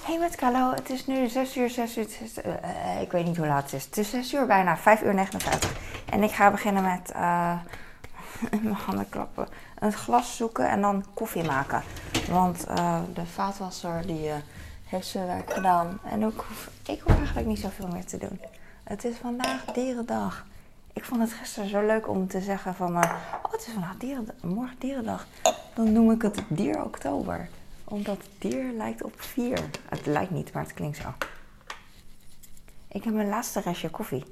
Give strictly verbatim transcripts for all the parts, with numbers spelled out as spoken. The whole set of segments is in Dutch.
Hey met Carlo, het is nu zes uur, zes uur, zes, uh, uh, ik weet niet hoe laat het is. Het is zes uur bijna, vijf uur negenenvijftig. En ik ga beginnen met, uh, in mijn handen klappen, een glas zoeken en dan koffie maken. Want uh, de vaatwasser die uh, heeft zijn werk gedaan en ik hoef, ik hoef eigenlijk niet zoveel meer te doen. Het is vandaag dierendag. Ik vond het gisteren zo leuk om te zeggen van, uh, oh het is vandaag dierendag, morgen dierendag. Dan noem ik het dier oktober. Omdat dier lijkt op vier. Het lijkt niet, maar het klinkt zo. Ik heb mijn laatste restje koffie.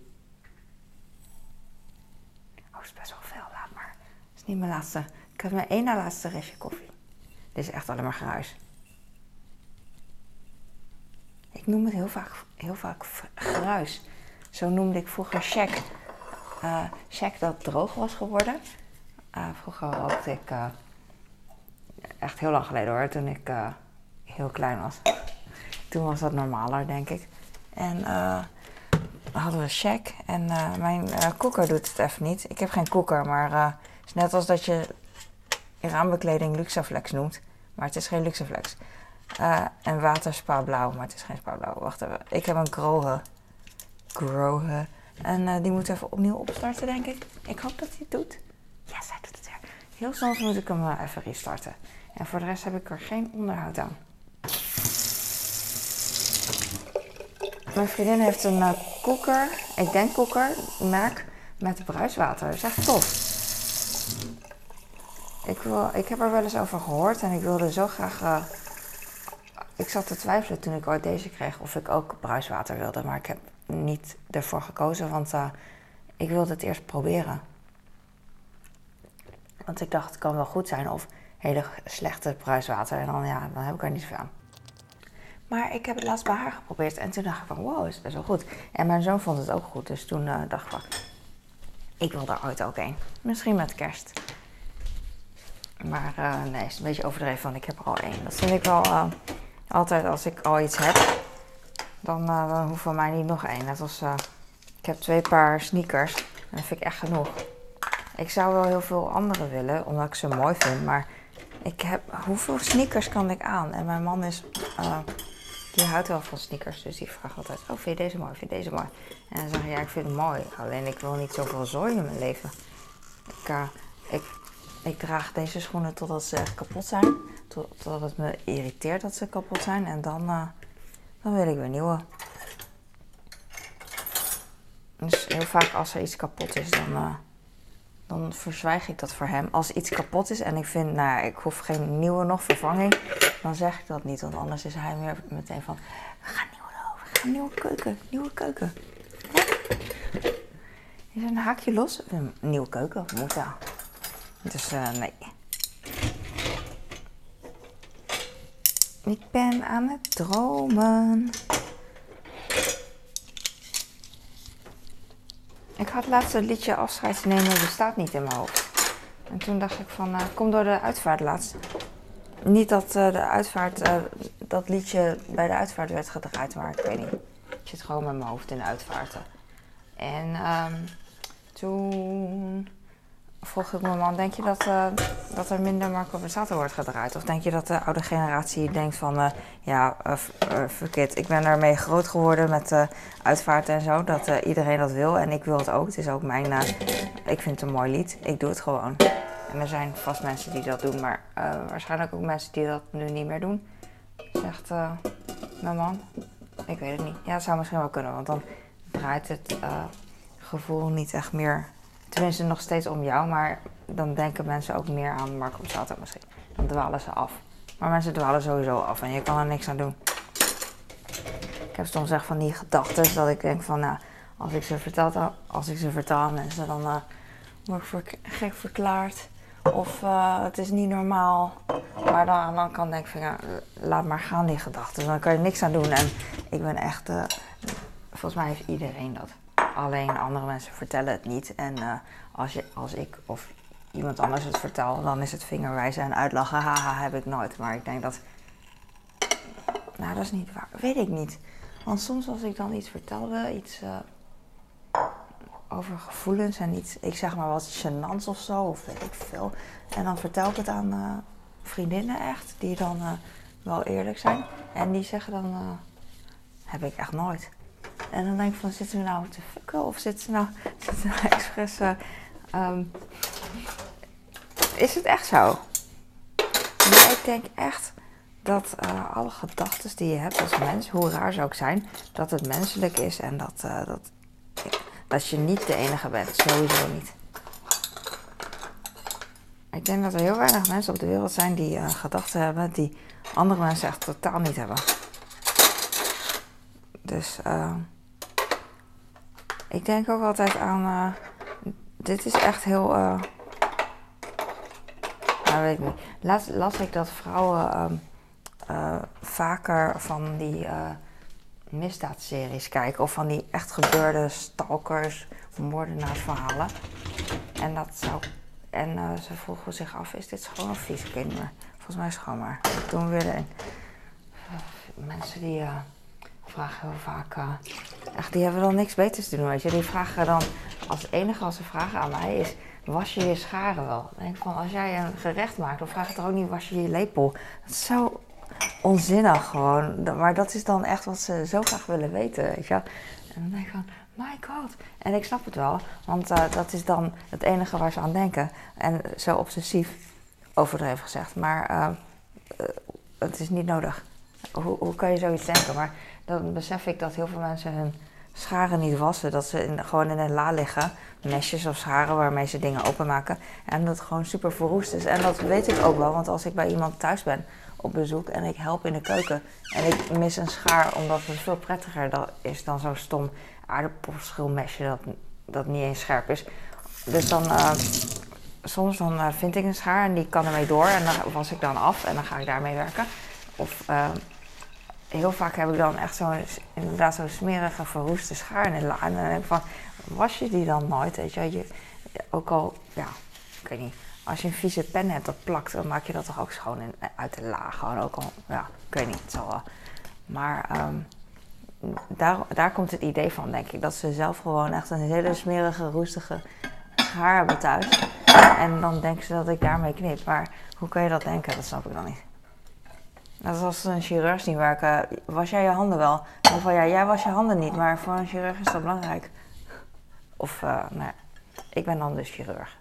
Oh, het is best wel veel, laat maar. Het is niet mijn laatste. Ik heb mijn één na laatste restje koffie. Dit is echt alleen maar geruis. Ik noem het heel vaak, heel vaak geruis. Zo noemde ik vroeger check. Uh, check dat droog was geworden. Uh, vroeger rookte ik... Uh, Echt heel lang geleden hoor, toen ik uh, heel klein was. Toen was dat normaler, denk ik. En uh, hadden we check. En uh, mijn uh, koeker doet het even niet. Ik heb geen koeker, maar uh, het is net als dat je je raambekleding Luxaflex noemt. Maar het is geen Luxaflex. Uh, en water Spa Blauw, maar het is geen Spa Blauw. Wacht even. Ik heb een Grohe. Grohe. En uh, die moet even opnieuw opstarten, denk ik. Ik hoop dat hij het doet. Ja, zij doet het weer. Heel soms moet ik hem uh, even restarten. En voor de rest heb ik er geen onderhoud aan. Mijn vriendin heeft een uh, koeker, ik denk koeker, merk, met bruiswater. Dat is echt tof. Ik, wil, ik heb er wel eens over gehoord en ik wilde zo graag... Uh, ik zat te twijfelen toen ik ooit deze kreeg of ik ook bruiswater wilde. Maar ik heb niet ervoor gekozen, want uh, ik wilde het eerst proberen. Want ik dacht, het kan wel goed zijn of hele slechte bruiswater. En dan, ja, dan heb ik er niet zoveel aan. Maar ik heb het laatst bij haar geprobeerd. En toen dacht ik van, wow, is best wel goed. En mijn zoon vond het ook goed. Dus toen uh, dacht ik van, ik wil er ooit ook een. Misschien met kerst. Maar uh, nee, het is een beetje overdreven, want ik heb er al één. Dat vind ik wel uh, altijd, als ik al iets heb, dan, uh, dan hoeft van mij niet nog één. Net als, uh, ik heb twee paar sneakers. En dat vind ik echt genoeg. Ik zou wel heel veel andere willen, omdat ik ze mooi vind. Maar ik heb, hoeveel sneakers kan ik aan? En mijn man is, uh, die houdt wel van sneakers. Dus die vraagt altijd, oh vind je deze mooi, vind je deze mooi? En dan zeg ik, ja ik vind het mooi. Alleen ik wil niet zoveel zooi in mijn leven. Ik, uh, ik, ik draag deze schoenen totdat ze echt kapot zijn. Totdat het me irriteert dat ze kapot zijn. En dan, uh, dan wil ik weer nieuwe. Dus heel vaak als er iets kapot is, dan... Uh, Dan verzwijg ik dat voor hem. Als iets kapot is en ik vind, nou ja, ik hoef geen nieuwe nog, vervanging, dan zeg ik dat niet. Want anders is hij weer meteen van, we gaan nieuwe over, we gaan nieuwe keuken, nieuwe keuken. Ja? Is er een haakje los? Een nieuwe keuken, moet wel. Dus uh, nee. Ik ben aan het dromen. Ik had laatst het liedje Afscheid nemen bestaat niet in mijn hoofd. En toen dacht ik van, uh, kom door de uitvaart laatst. Niet dat uh, de uitvaart, uh, dat liedje bij de uitvaart werd gedraaid, maar ik weet niet. Ik zit gewoon met mijn hoofd in de uitvaarten. En um, toen vroeg ik mijn man, denk je dat, uh, dat er minder Marco Borsato wordt gedraaid? Of denk je dat de oude generatie denkt van, uh, ja, uh, uh, fuck it. Ik ben ermee groot geworden met uh, uitvaarten en zo. Dat uh, iedereen dat wil en ik wil het ook. Het is ook mijn, uh, ik vind het een mooi lied. Ik doe het gewoon. En er zijn vast mensen die dat doen, maar uh, waarschijnlijk ook mensen die dat nu niet meer doen. Zegt uh, mijn man. Ik weet het niet. Ja, het zou misschien wel kunnen, want dan draait het uh, gevoel niet echt meer... Tenminste nog steeds om jou, maar dan denken mensen ook meer aan Marco Borsato misschien. Dan dwalen ze af. Maar mensen dwalen sowieso af en je kan er niks aan doen. Ik heb soms echt van die gedachten dat ik denk van, nou, als ik ze vertel, als ik ze vertel aan mensen, dan uh, word ik voor gek verklaard. Of uh, het is niet normaal. Maar dan aan de andere kant denk ik van, ja, laat maar gaan die gedachten. Dan kan je niks aan doen. En ik ben echt, uh, volgens mij heeft iedereen dat. Alleen andere mensen vertellen het niet. En uh, als, je, als ik of iemand anders het vertel, dan is het vingerwijzen en uitlachen. Haha, heb ik nooit. Maar ik denk dat... Nou, dat is niet waar. Weet ik niet. Want soms als ik dan iets vertelde, iets uh, over gevoelens en iets... Ik zeg maar wat gênants of zo, of weet ik veel. En dan vertel ik het aan uh, vriendinnen echt, die dan uh, wel eerlijk zijn. En die zeggen dan, uh, heb ik echt nooit. En dan denk ik van, zitten ze nou te fucken? Of zitten ze nou, zitten ze nou expres... Uh, um, is het echt zo? Maar ik denk echt dat uh, alle gedachten die je hebt als mens, hoe raar ze ook zijn, dat het menselijk is en dat, uh, dat, dat je niet de enige bent. Sowieso niet. Ik denk dat er heel weinig mensen op de wereld zijn die uh, gedachten hebben die andere mensen echt totaal niet hebben. Dus uh, ik denk ook altijd aan, uh, dit is echt heel, uh, nou weet ik niet. Laatst las ik dat vrouwen uh, uh, vaker van die uh, misdaadseries kijken of van die echt gebeurde stalkers, moordenaarsverhalen. En dat zou, en uh, ze vroegen zich af, is dit schoon of vies? Ik weet niet meer. Volgens mij schoon maar. Dat doen we weer in. Uh, mensen die... Uh, vragen heel vaak, uh, echt, die hebben dan niks beters te doen, weet je. Die vragen dan, als het enige wat ze vragen aan mij is, was je je scharen wel? Dan denk ik van, als jij een gerecht maakt, dan vraag je toch ook niet, was je je lepel? Dat is zo onzinnig gewoon, maar dat is dan echt wat ze zo graag willen weten, weet je. En dan denk ik van, my god. En ik snap het wel, want uh, dat is dan het enige waar ze aan denken. En zo obsessief, overdreven gezegd, maar uh, uh, het is niet nodig. Hoe, hoe kan je zoiets denken? Maar dan besef ik dat heel veel mensen hun scharen niet wassen. Dat ze in, gewoon in een la liggen. Mesjes of scharen waarmee ze dingen openmaken. En dat het gewoon super verroest is. En dat weet ik ook wel. Want als ik bij iemand thuis ben op bezoek en ik help in de keuken. En ik mis een schaar omdat het veel prettiger is dan zo'n stom aardappelschilmesje dat, dat niet eens scherp is. Dus dan... Uh, soms dan uh, vind ik een schaar en die kan ermee door. En dan was ik dan af en dan ga ik daarmee werken. Of... Uh, Heel vaak heb ik dan echt zo'n, inderdaad zo'n smerige, verroeste schaar in de la. En dan denk ik van, was je die dan nooit? Weet je, je, ook al, ja, ik weet niet. Als je een vieze pen hebt dat plakt, dan maak je dat toch ook schoon in, uit de la. Gewoon ook al, ja, ik weet niet, het zal wel. Maar um, daar, daar komt het idee van, denk ik. Dat ze zelf gewoon echt een hele smerige, roestige schaar hebben thuis. En dan denken ze dat ik daarmee knip. Maar hoe kan je dat denken? Dat snap ik dan niet. Dat is als een chirurg niet werken. Was jij je handen wel? Of van ja, jij was je handen niet, maar voor een chirurg is dat belangrijk. Of, uh, nou ja, ik ben dan dus chirurg.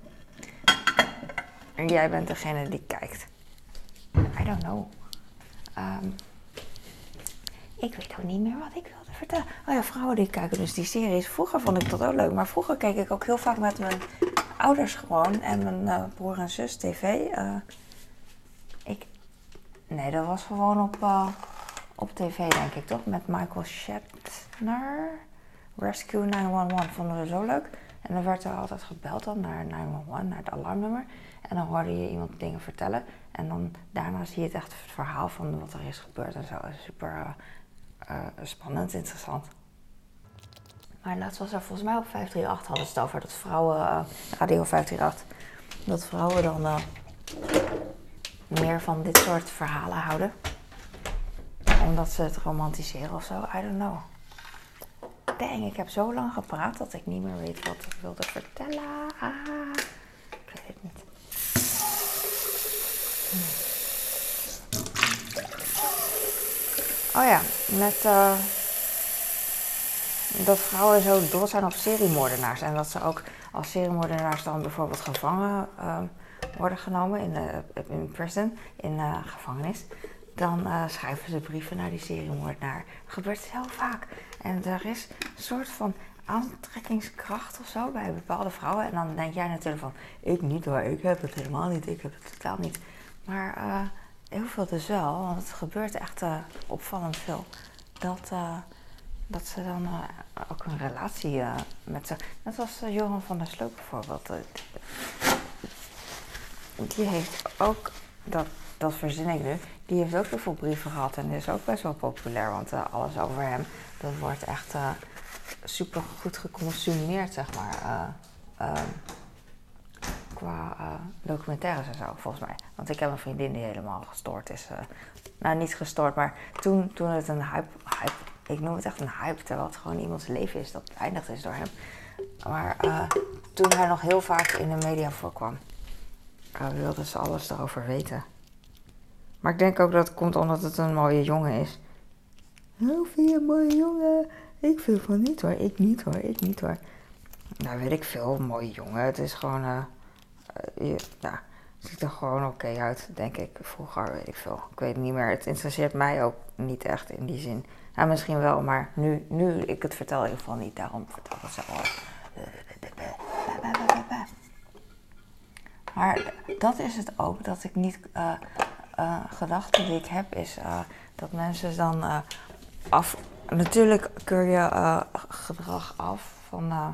En jij bent degene die kijkt. I don't know. Um, ik weet ook niet meer wat ik wilde vertellen. Oh ja, vrouwen die kijken dus die series. Vroeger vond ik dat ook leuk, maar vroeger keek ik ook heel vaak met mijn ouders gewoon. En mijn uh, broer en zus tv. Uh, ik... Nee, dat was gewoon op, uh, op tv, denk ik, toch? Met Michael Shatner. Rescue negen een een vonden we zo leuk. En dan werd er altijd gebeld dan naar negen een een, naar het alarmnummer. En dan hoorde je iemand dingen vertellen. En dan daarna zie je het echt het verhaal van wat er is gebeurd en zo. Super uh, uh, spannend, interessant. Maar laatst was er volgens mij op vijf drie acht hadden ze het over dat vrouwen, uh, radio vijf drie acht, dat vrouwen dan... Uh, meer van dit soort verhalen houden. Omdat ze het romantiseren of zo. I don't know. Dang, ik heb zo lang gepraat dat ik niet meer weet wat ik wilde vertellen. Ah, ik weet het niet. Hm. Oh ja, met uh, dat vrouwen zo dol zijn op seriemoordenaars. En dat ze ook als seriemoordenaars dan bijvoorbeeld gevangen... Uh, worden genomen in, de, in prison, in uh, gevangenis, dan uh, schrijven ze brieven naar die seriemoordenaar. Dat gebeurt heel vaak. En er is een soort van aantrekkingskracht of zo bij bepaalde vrouwen. En dan denk jij natuurlijk van, ik niet hoor, ik heb het helemaal niet, ik heb het totaal niet. Maar uh, heel veel dus wel, want het gebeurt echt uh, opvallend veel. Dat, uh, dat ze dan uh, ook een relatie uh, met ze... Net als uh, Johan van der Sloot bijvoorbeeld... Uh, Die heeft ook, dat, dat verzin ik nu, die heeft ook heel veel brieven gehad en is ook best wel populair. Want uh, alles over hem, dat wordt echt uh, super goed geconsumeerd, zeg maar. Uh, uh, qua uh, documentaires en zo, volgens mij. Want ik heb een vriendin die helemaal gestoord is. Uh, nou, niet gestoord, maar toen, toen het een hype, hype, ik noem het echt een hype, terwijl het gewoon iemands leven is dat eindigd is door hem. Maar uh, toen hij nog heel vaak in de media voorkwam. Uh, wilden ze alles erover weten. Maar ik denk ook dat het komt omdat het een mooie jongen is. Nou, vind je een mooie jongen? Ik vind van niet hoor, ik niet hoor, ik niet hoor. Nou, weet ik veel, een mooie jongen. Het is gewoon, uh, uh, je, ja, het ziet er gewoon oké okay uit, denk ik. Vroeger, weet ik veel. Ik weet het niet meer. Het interesseert mij ook niet echt in die zin. Nou, misschien wel, maar nu, nu ik het vertel in ieder geval niet. Daarom vertel ik het zo wel. Maar dat is het ook, dat ik niet... Uh, uh, gedachte die ik heb is uh, dat mensen dan uh, af... Natuurlijk keur je uh, gedrag af van, uh,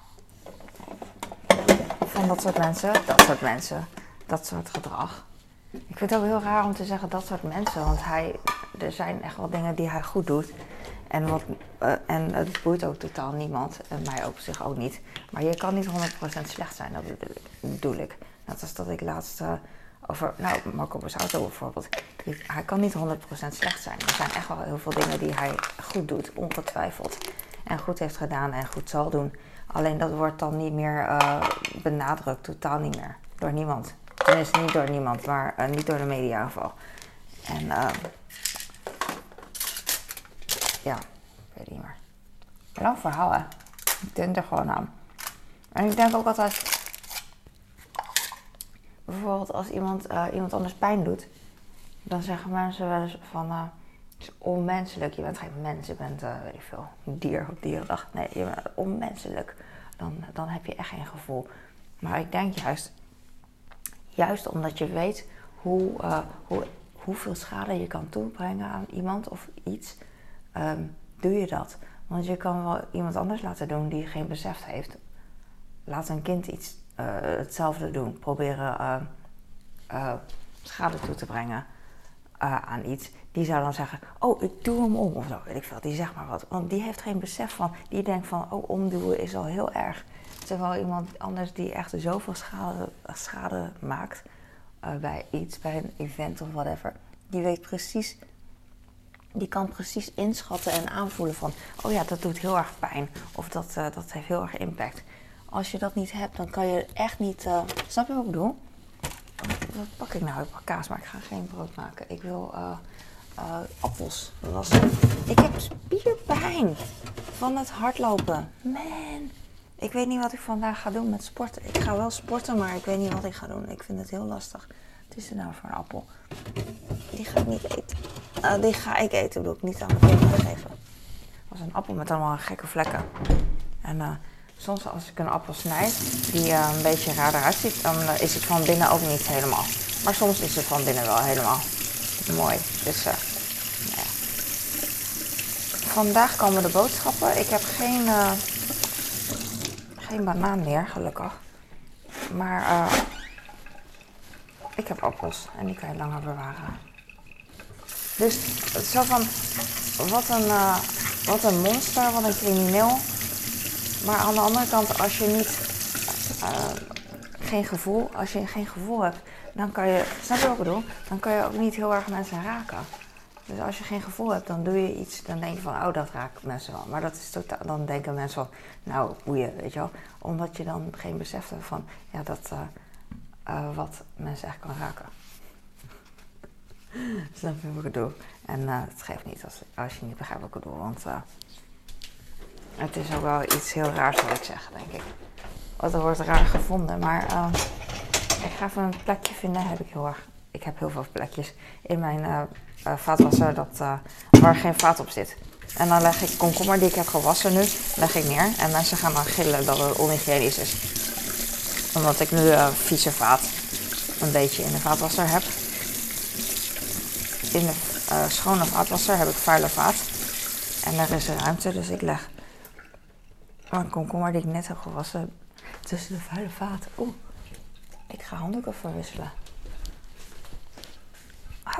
van dat soort mensen, dat soort mensen, dat soort gedrag. Ik vind het ook heel raar om te zeggen dat soort mensen, want hij, er zijn echt wel dingen die hij goed doet. En, wat, uh, en het boeit ook totaal niemand, en mij op zich ook niet. Maar je kan niet honderd procent slecht zijn, dat bedoel ik. Net als dat ik laatst uh, over, nou, Marco Borsato bijvoorbeeld. Die, hij kan niet honderd procent slecht zijn. Er zijn echt wel heel veel dingen die hij goed doet, ongetwijfeld. En goed heeft gedaan en goed zal doen. Alleen dat wordt dan niet meer uh, benadrukt, totaal niet meer. Door niemand. Tenminste niet door niemand, maar uh, niet door de media in ieder geval. En uh, ja, ik weet niet meer. Lang verhaal hè. Ik denk er gewoon aan. En ik denk ook altijd... Bijvoorbeeld als iemand, uh, iemand anders pijn doet, dan zeggen mensen wel eens van, uh, het is onmenselijk, je bent geen mens, je bent, uh, weet ik veel, een dier op dierendag. Nee, je bent onmenselijk, dan, dan heb je echt geen gevoel. Maar ik denk juist, juist omdat je weet hoe, uh, hoe, hoeveel schade je kan toebrengen aan iemand of iets, um, doe je dat. Want je kan wel iemand anders laten doen die geen besef heeft. Laat een kind iets Uh, hetzelfde doen. Proberen uh, uh, schade toe te brengen uh, aan iets. Die zou dan zeggen, oh, ik doe hem om. Of zo, weet ik veel. Die zegt maar wat. Want die heeft geen besef van. Die denkt van, oh, omduwen is al heel erg. Terwijl iemand anders die echt zoveel schade, schade maakt uh, bij iets, bij een event of whatever. Die weet precies, die kan precies inschatten en aanvoelen van, oh ja, dat doet heel erg pijn. Of dat, uh, dat heeft heel erg impact. Als je dat niet hebt, dan kan je echt niet... Uh, snap je wat ik bedoel? Wat pak ik nou? Ik pak kaas, maar ik ga geen brood maken. Ik wil uh, uh, appels. Dat was het. Ik heb spierpijn van het hardlopen. Man, ik weet niet wat ik vandaag ga doen met sporten. Ik ga wel sporten, maar ik weet niet wat ik ga doen. Ik vind het heel lastig. Wat is er nou voor een appel? Die ga ik niet eten. Uh, die ga ik eten, bedoel ik niet aan mijn kinderen geven. Het was een appel met allemaal gekke vlekken. En... Uh, Soms als ik een appel snijd die uh, een beetje raar eruit ziet, dan uh, is het van binnen ook niet helemaal. Maar soms is het van binnen wel helemaal mooi. Dus uh, nou ja. Vandaag komen de boodschappen. Ik heb geen, uh, geen banaan meer, gelukkig. Maar uh, ik heb appels en die kan je langer bewaren. Dus het is zo van, wat een, uh, wat een monster, wat een crimineel. Maar aan de andere kant, als je niet uh, geen gevoel, als je geen gevoel hebt, dan kan je, snap je wat ik bedoel? Dan kan je ook niet heel erg mensen raken. Dus als je geen gevoel hebt, dan doe je iets, dan denk je van, oh, dat raakt mensen wel. Maar dat is totaal, dan denken mensen van, nou, boeien, weet je wel. Omdat je dan geen besef hebt van, ja, dat, uh, uh, wat mensen echt kan raken. Snap je wat ik bedoel? En uh, het geeft niet als, als je niet begrijpt wat ik bedoel, want... Uh, Het is ook wel iets heel raars wat ik zeg, denk ik. Want er wordt raar gevonden, maar uh, ik ga even een plekje vinden. Heb ik, heel erg, ik heb heel veel plekjes in mijn uh, uh, vaatwasser dat, uh, waar geen vaat op zit. En dan leg ik komkommer die ik heb gewassen nu, leg ik neer. En mensen gaan dan gillen dat het onhygiënisch is. Omdat ik nu uh, vieze vaat een beetje in de vaatwasser heb. In de uh, schone vaatwasser heb ik vuile vaat. En er is ruimte, dus ik leg... een komkommer die ik net heb gewassen tussen de vuile vaten. Oeh, ik ga handdoeken verwisselen. Hop.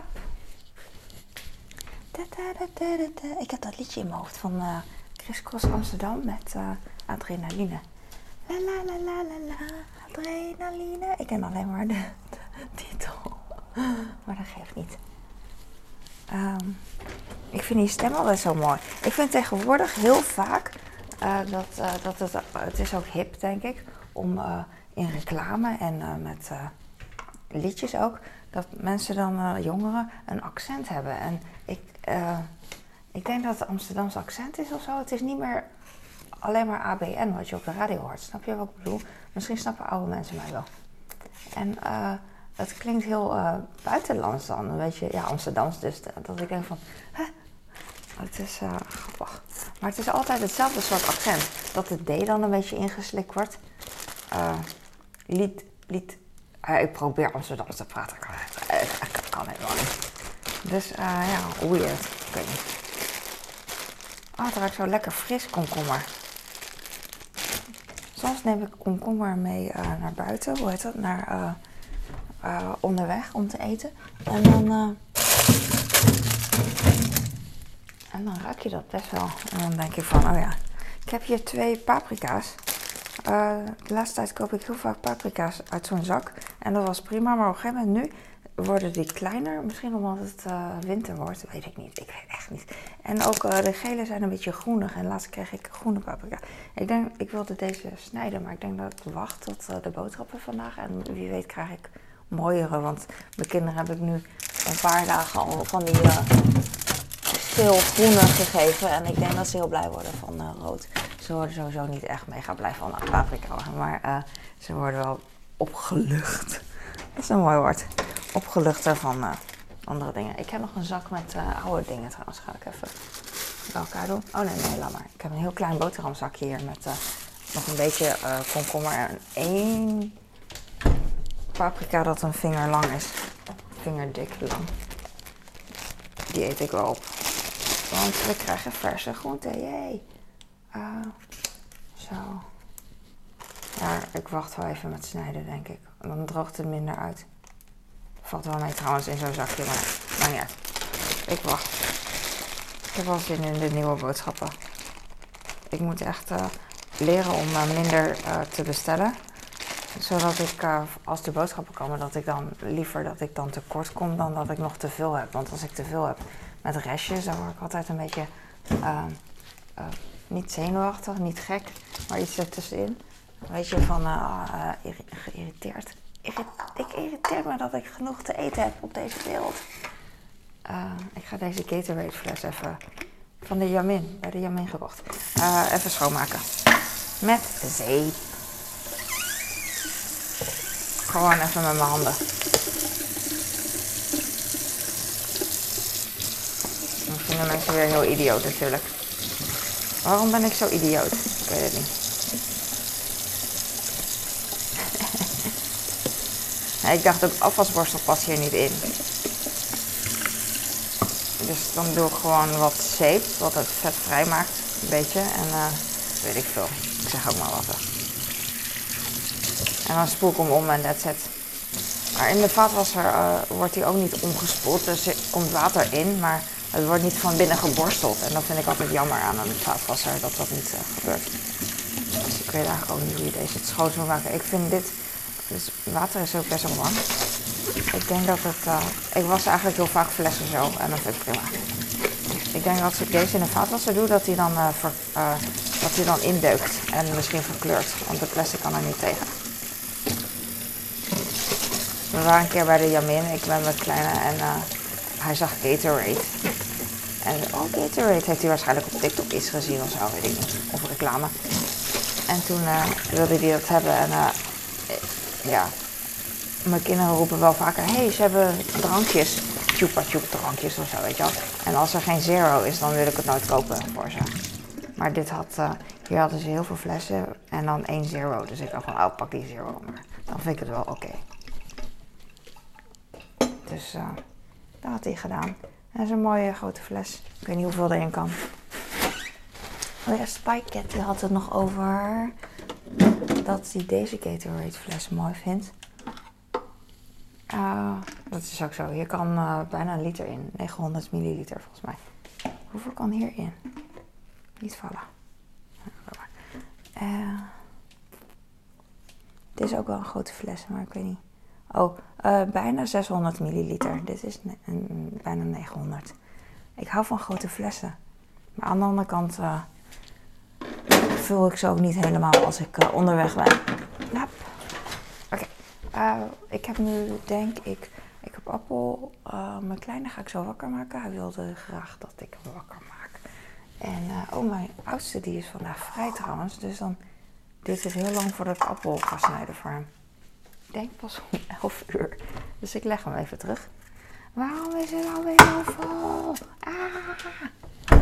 Da, da, da, da, da. Ik heb dat liedje in mijn hoofd van uh, Chris Cross Amsterdam met uh, adrenaline. La la la la la la, adrenaline. Ik ken alleen maar de, de titel. Maar dat geeft niet. Um, ik vind die stem altijd zo mooi. Ik vind tegenwoordig heel vaak... Uh, dat, uh, dat het, uh, het is ook hip, denk ik, om uh, in reclame en uh, met, uh, liedjes ook, dat mensen dan, uh, jongeren, een accent hebben. En ik, uh, ik denk dat het Amsterdamse accent is of zo. Het is niet meer alleen maar A B N wat je op de radio hoort. Snap je wat ik bedoel? Misschien snappen oude mensen mij wel. En uh, het klinkt heel uh, buitenlands dan, weet je. Ja, Amsterdams dus. Dat ik denk van, hè? Het is uh, grappig. Maar het is altijd hetzelfde soort accent. Dat de D dan een beetje ingeslikt wordt. Uh, lied, lied. Uh, ik probeer Amsterdams te praten. Ik kan helemaal niet. Dus uh, ja, weird. Ik weet niet. Ah, het ruikt zo lekker fris, komkommer. Soms neem ik komkommer mee uh, naar buiten. Hoe heet dat? Naar uh, uh, onderweg om te eten. En dan... Uh, En dan ruik je dat best wel. En dan denk ik van, oh ja, ik heb hier twee paprika's. Uh, de laatste tijd koop ik heel vaak paprika's uit zo'n zak. En dat was prima, maar op een gegeven moment nu worden die kleiner. Misschien omdat het uh, winter wordt, weet ik niet. Ik weet echt niet. En ook uh, de gele zijn een beetje groenig. En laatst kreeg ik groene paprika. Ik denk, ik wilde deze snijden, maar ik denk dat ik wacht tot uh, de boodschappen vandaag. En wie weet krijg ik mooiere. Want mijn kinderen heb ik nu een paar dagen al van die... Uh, veel groener gegeven en ik denk dat ze heel blij worden van uh, rood. Ze worden sowieso niet echt mega blij van uh, paprika, maar uh, ze worden wel opgelucht. Dat is een mooi woord. Opgeluchter van uh, andere dingen. Ik heb nog een zak met uh, oude dingen trouwens. Ga ik even bij elkaar doen. Oh nee, nee, laat maar. Ik heb een heel klein boterhamzakje hier met uh, nog een beetje uh, komkommer en één paprika dat een vinger lang is. Vingerdik lang. Die eet ik wel op. Want we krijgen verse groenten. Jee. Uh, zo. Ja, ik wacht wel even met snijden, denk ik. Dan droogt het minder uit. Valt wel mee trouwens in zo'n zakje, maar maakt niet uit. Ik wacht. Ik heb wel zin in de nieuwe boodschappen. Ik moet echt uh, leren om uh, minder uh, te bestellen. Zodat ik, uh, als de boodschappen komen, dat ik dan liever dat ik dan tekort kom dan dat ik nog te veel heb. Want als ik te veel heb met restjes, dan word ik altijd een beetje uh, uh, niet zenuwachtig, niet gek, maar iets ertussenin. Weet je, van uh, uh, geïrriteerd. Irrit- ik irriteer me dat ik genoeg te eten heb op deze wereld. Uh, ik ga deze Gatorade fles even van de Yamin, bij de Yamin gekocht. Uh, even schoonmaken. Met zeep. Gewoon even met mijn handen. Dan vinden mensen weer heel idioot natuurlijk. Waarom ben ik zo idioot? Ik weet het niet. Ja, ik dacht ook afwasborstel past hier niet in. Dus dan doe ik gewoon wat zeep, wat het vet vrij maakt. Een beetje. En uh, weet ik veel. Ik zeg ook maar wat. Hè. En dan spoel ik hem om en that's it. Maar in de vaatwasser uh, wordt hij ook niet omgespoeld. Dus er komt water in, maar het wordt niet van binnen geborsteld. En dat vind ik altijd jammer aan een vaatwasser, dat dat niet uh, gebeurt. Dus ik weet eigenlijk ook niet hoe je deze het schoon moet maken. Ik vind dit... Dus water is ook best wel warm. Ik denk dat het... Uh, ik was eigenlijk heel vaak flessen zo en dat vind ik prima. Ik denk dat als ik deze in een vaatwasser doe, dat hij dan, uh, ver, uh, dat hij dan indeukt en misschien verkleurt. Want de plastic kan er niet tegen. We waren een keer bij de Yamin, ik ben met kleine en uh, hij zag Gatorade. En oh, Gatorade heeft hij waarschijnlijk op TikTok iets gezien of zo, weet ik niet. Of reclame. En toen uh, wilde hij dat hebben en uh, ja, mijn kinderen roepen wel vaker, hé, hey, ze hebben drankjes, chupa chup drankjes of zo, weet je wel. En als er geen zero is, dan wil ik het nooit kopen voor ze. Maar dit had, uh, hier hadden ze heel veel flessen en dan één zero. Dus ik dacht van, oh, pak die zero, maar dan vind ik het wel oké. Okay. Dus uh, dat had hij gedaan. En dat is een mooie grote fles. Ik weet niet hoeveel erin kan. Oh ja, Spike Cat die had het nog over dat hij deze Gatorade fles mooi vindt. Uh, dat is ook zo. Hier kan uh, bijna een liter in. negenhonderd milliliter volgens mij. Hoeveel kan hierin? Niet vallen. Uh, dit is ook wel een grote fles, maar ik weet niet. Oh, uh, bijna zeshonderd milliliter. Dit is ne- een, bijna negenhonderd. Ik hou van grote flessen. Maar aan de andere kant uh, vul ik ze ook niet helemaal als ik uh, onderweg ben. Yep. Oké. Uh, ik heb nu, denk ik, ik heb Appel, uh, mijn kleine ga ik zo wakker maken. Hij wilde graag dat ik hem wakker maak. En uh, oh, mijn oudste die is vandaag vrij trouwens, dus dan duurt het heel lang voordat ik Appel ga snijden voor hem. Ik denk pas om elf uur, dus ik leg hem even terug. Waarom is het alweer zo vol? Ah!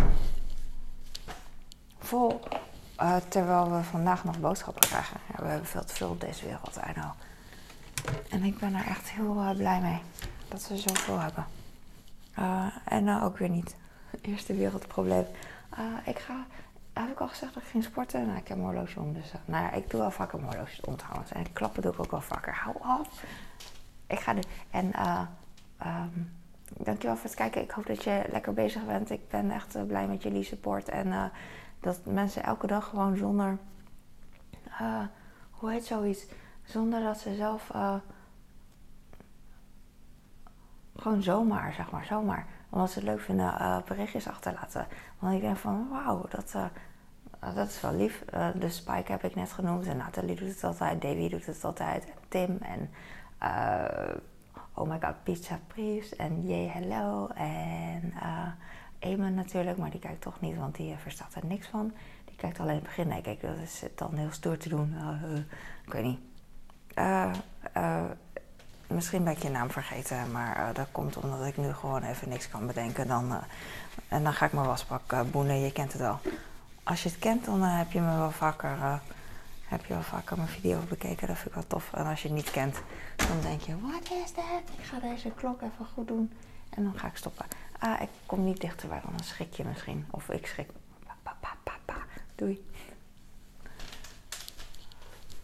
Vol, uh, terwijl we vandaag nog boodschappen krijgen. Ja, we hebben veel te veel op deze wereld, I know. En ik ben er echt heel uh, blij mee dat we zoveel hebben. Uh, en nou uh, ook weer niet. Eerste wereldprobleem. Uh, ik ga, heb ik al gezegd dat ik ging sporten? Nou, ik heb een horloge om. Dus uh, nou ja, ik doe wel vaker mijn horloge om trouwens. En klappen doe ik ook wel vaker. Hou af. Ik ga dit. En uh, um, dankjewel voor het kijken. Ik hoop dat je lekker bezig bent. Ik ben echt uh, blij met jullie support. En uh, dat mensen elke dag gewoon zonder... Uh, hoe heet zoiets? Zonder dat ze zelf... Uh, gewoon zomaar, zeg maar, zomaar. Omdat ze het leuk vinden, uh, berichtjes achterlaten. Want ik denk van, wauw, dat, uh, dat is wel lief. Uh, de Spike heb ik net genoemd. En Nathalie doet het altijd. Davy doet het altijd. En Tim. En uh, oh my god, Pizza Priest. En Yay Hello. En uh, Eamon natuurlijk. Maar die kijkt toch niet, want die uh, verstaat er niks van. Die kijkt alleen het begin. Nee, kijk, dat is dan heel stoer te doen. Uh, uh, ik weet niet. Uh, uh, Misschien ben ik je naam vergeten, maar uh, dat komt omdat ik nu gewoon even niks kan bedenken. Dan, uh, en dan ga ik mijn wasbak uh, boenen, je kent het wel. Als je het kent, dan uh, heb je me wel vaker, uh, heb je wel vaker mijn video bekeken, dat vind ik wel tof. En als je het niet kent, dan denk je, wat is dit? Ik ga deze klok even goed doen en dan ga ik stoppen. Uh, ik kom niet dichterbij, want dan schrik je misschien. Of ik schrik. Pa, pa, pa, pa. Doei.